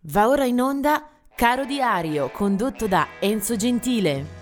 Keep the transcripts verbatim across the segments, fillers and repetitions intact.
Va ora in onda Caro Diario, condotto da Enzo Gentile.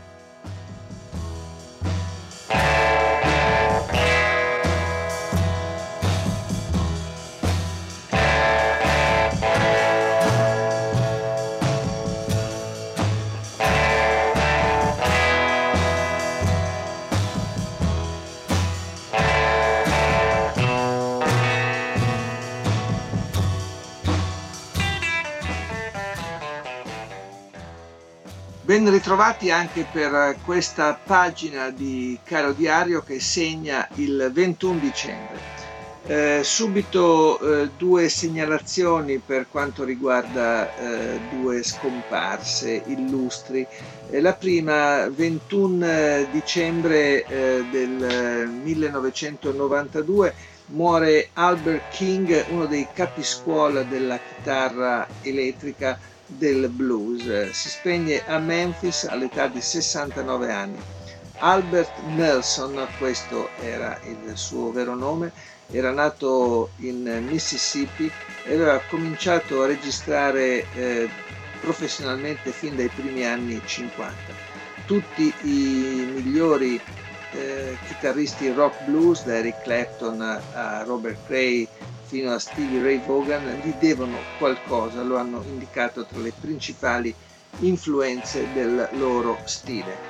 Ben ritrovati anche per questa pagina di Caro Diario che segna il ventuno dicembre. Eh, subito eh, due segnalazioni per quanto riguarda eh, due scomparse illustri. Eh, la prima, ventuno dicembre eh, del millenovecentonovantadue, muore Albert King, uno dei capiscuola della chitarra elettrica del blues. Si spegne a Memphis all'età di sessantanove anni. Albert Nelson, questo era il suo vero nome, era nato in Mississippi e aveva cominciato a registrare eh, professionalmente fin dai primi anni cinquanta. Tutti i migliori eh, chitarristi rock blues, da Eric Clapton a Robert Cray fino a Stevie Ray Vaughan, gli devono qualcosa, lo hanno indicato tra le principali influenze del loro stile.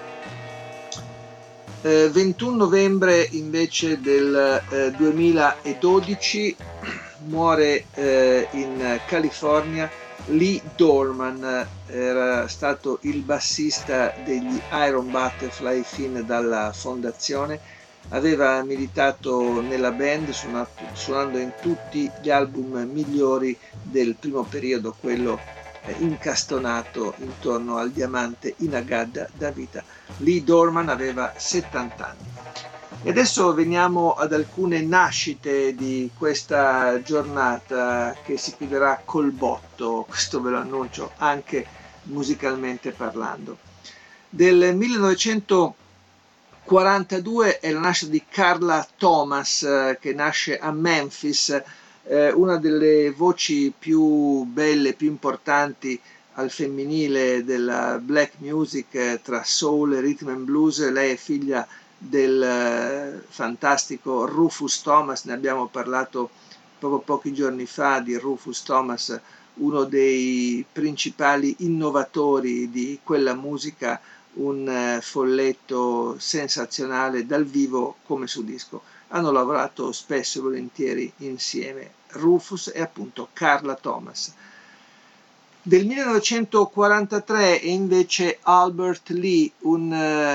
Eh, ventuno novembre invece del eh, duemiladodici muore eh, in California Lee Dorman, era stato il bassista degli Iron Butterfly fin dalla fondazione. Aveva militato nella band suonato, suonando in tutti gli album migliori del primo periodo, quello eh, incastonato intorno al diamante Inagada da vita. Lee Dorman aveva settanta anni. E adesso veniamo ad alcune nascite di questa giornata che si chiuderà col botto, questo ve lo annuncio anche musicalmente parlando. Del millenovecentoquarantadue è la nascita di Carla Thomas, eh, che nasce a Memphis, eh, una delle voci più belle, più importanti al femminile della black music, eh, tra soul e rhythm and blues. Lei è figlia del eh, fantastico Rufus Thomas, ne abbiamo parlato proprio pochi giorni fa di Rufus Thomas, uno dei principali innovatori di quella musica, un eh, folletto sensazionale dal vivo come su disco. Hanno lavorato spesso e volentieri insieme, Rufus e appunto Carla Thomas. Del millenovecentoquarantatré è invece Albert Lee, un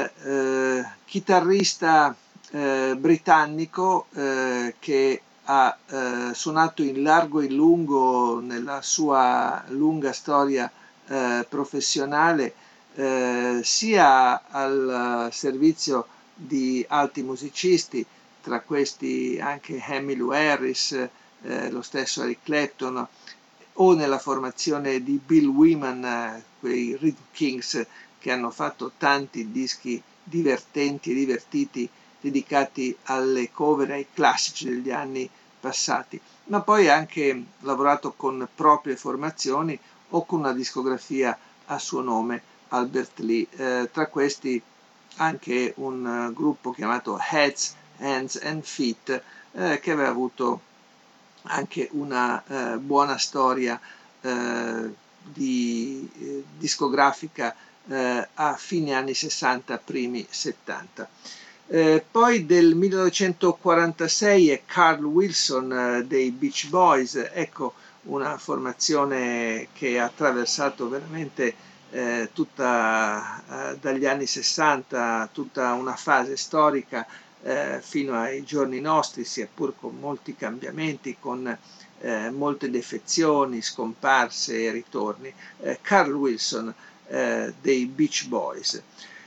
eh, chitarrista eh, britannico eh, che ha eh, suonato in largo e in lungo nella sua lunga storia eh, professionale, eh, sia al servizio di altri musicisti, tra questi anche Emmylou Harris, eh, lo stesso Eric Clapton, o nella formazione di Bill Wyman, eh, quei Rhythm Kings che hanno fatto tanti dischi divertenti e divertiti dedicati alle cover e ai classici degli anni passati, ma poi ha anche lavorato con proprie formazioni o con una discografia a suo nome, Albert Lee. Eh, tra questi anche un uh, gruppo chiamato Heads, Hands and Feet, eh, che aveva avuto anche una eh, buona storia eh, di, eh, discografica eh, a fine anni sessanta, primi settanta. Eh, poi del millenovecentoquarantasei è Carl Wilson eh, dei Beach Boys, ecco una formazione che ha attraversato veramente eh, tutta eh, dagli anni sessanta, tutta una fase storica eh, fino ai giorni nostri, sia pur con molti cambiamenti, con eh, molte defezioni, scomparse e ritorni. Eh, Carl Wilson eh, dei Beach Boys.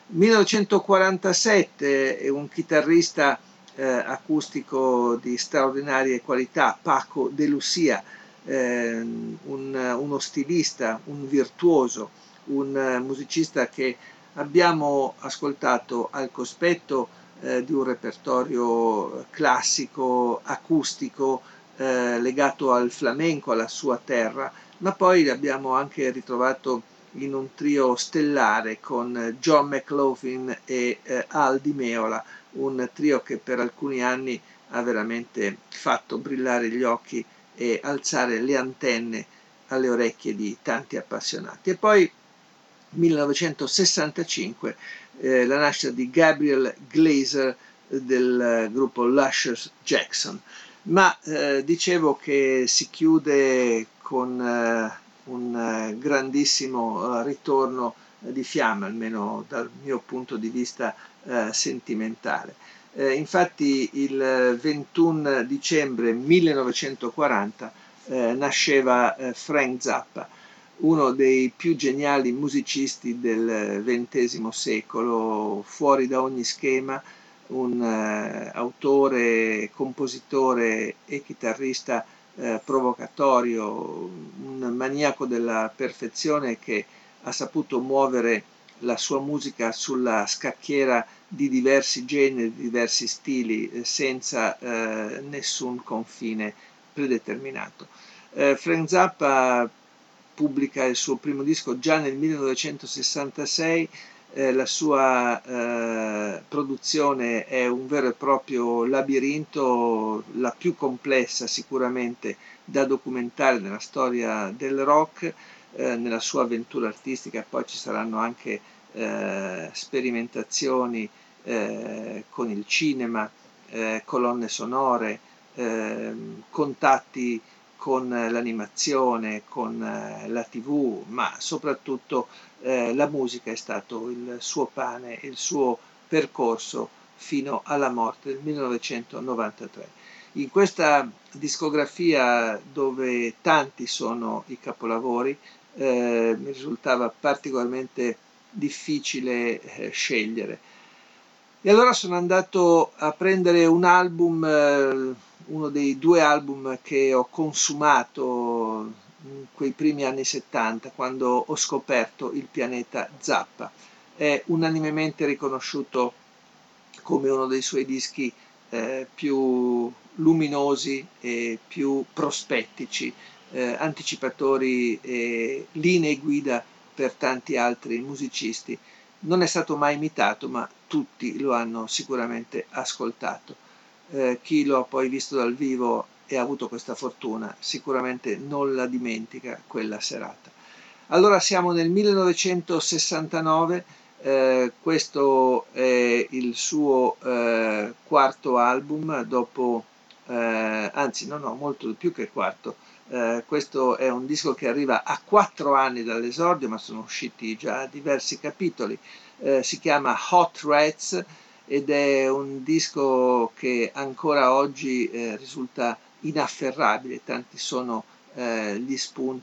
millenovecentoquarantasette è un chitarrista eh, acustico di straordinarie qualità, Paco de Lucia, eh, un, uno stilista, un virtuoso, un uh, musicista che abbiamo ascoltato al cospetto eh, di un repertorio classico, acustico, eh, legato al flamenco, alla sua terra, ma poi l'abbiamo anche ritrovato in un trio stellare con John McLaughlin e eh, Al Di Meola, un trio che per alcuni anni ha veramente fatto brillare gli occhi e alzare le antenne alle orecchie di tanti appassionati. E poi millenovecentosessantacinque eh, la nascita di Gabriel Glazer del gruppo Luscious Jackson. Ma eh, dicevo che si chiude con eh, un uh, grandissimo uh, ritorno uh, di fiamme, almeno dal mio punto di vista uh, sentimentale. Eh, infatti il ventuno dicembre millenovecentoquaranta eh, nasceva eh, Frank Zappa, uno dei più geniali musicisti del ventesimo secolo, fuori da ogni schema, un eh, autore, compositore e chitarrista eh, provocatorio, un maniaco della perfezione che ha saputo muovere la sua musica sulla scacchiera di diversi generi, di diversi stili, eh, senza eh, nessun confine predeterminato. Eh, Frank Zappa pubblica il suo primo disco già nel millenovecentosessantasei, eh, la sua eh, produzione è un vero e proprio labirinto, la più complessa sicuramente da documentare nella storia del rock, eh, nella sua avventura artistica. Poi ci saranno anche eh, sperimentazioni eh, con il cinema, eh, colonne sonore, eh, contatti con l'animazione, con la tivù, ma soprattutto eh, la musica è stato il suo pane, il suo percorso fino alla morte del millenovecentonovantatré. In questa discografia, dove tanti sono i capolavori, eh, mi risultava particolarmente difficile eh, scegliere. E allora sono andato a prendere un album, eh, uno dei due album che ho consumato in quei primi anni settanta, quando ho scoperto il pianeta Zappa. È unanimemente riconosciuto come uno dei suoi dischi eh, più luminosi e più prospettici, eh, anticipatori e linee guida per tanti altri musicisti. Non è stato mai imitato, ma tutti lo hanno sicuramente ascoltato. Eh, chi lo ha poi visto dal vivo e ha avuto questa fortuna sicuramente non la dimentica quella serata. Allora siamo nel millenovecentosessantanove, eh, questo è il suo eh, quarto album, dopo, eh, anzi no no, molto più che quarto, eh, questo è un disco che arriva a quattro anni dall'esordio, ma sono usciti già diversi capitoli, eh, si chiama Hot Rats, ed è un disco che ancora oggi eh, risulta inafferrabile, tanti sono eh, gli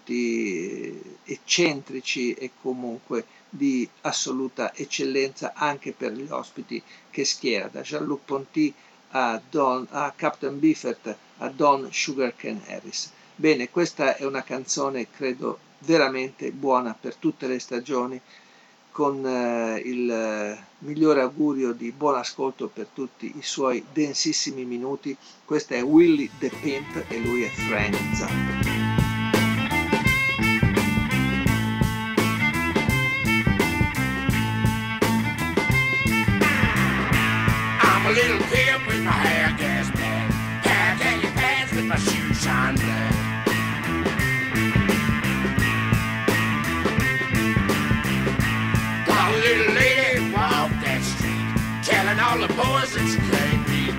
spunti eccentrici e comunque di assoluta eccellenza anche per gli ospiti che schiera, da Jean-Luc Ponty a, Don, a Captain Beefheart a Don Sugarcane Harris. Bene, questa è una canzone credo veramente buona per tutte le stagioni, con eh, il eh, migliore augurio di buon ascolto per tutti i suoi densissimi minuti. Questa è Willie the Pimp e lui è Frank Zappa. I'm a little pimp with my hair gas bag, hair candy pants with my shoes shine black. Little lady walk that street, telling all the boys that she can't beat.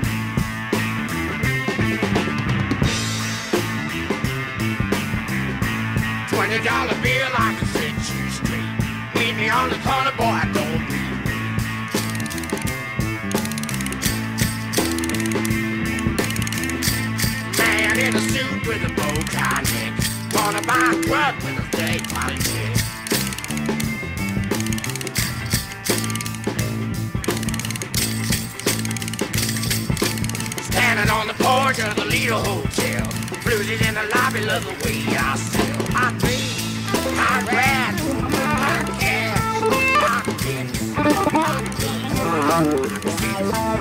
Twenty dollar bill, I can set you straight. Meet me on the corner, boy, don't be late. Man in a suit with a bow tie neck, wanna buy a truck with a day party check. Standing on the porch of the Lido Hotel, bluesies in the lobby, love the way I sell. I think, I rap, I care, I get, I get.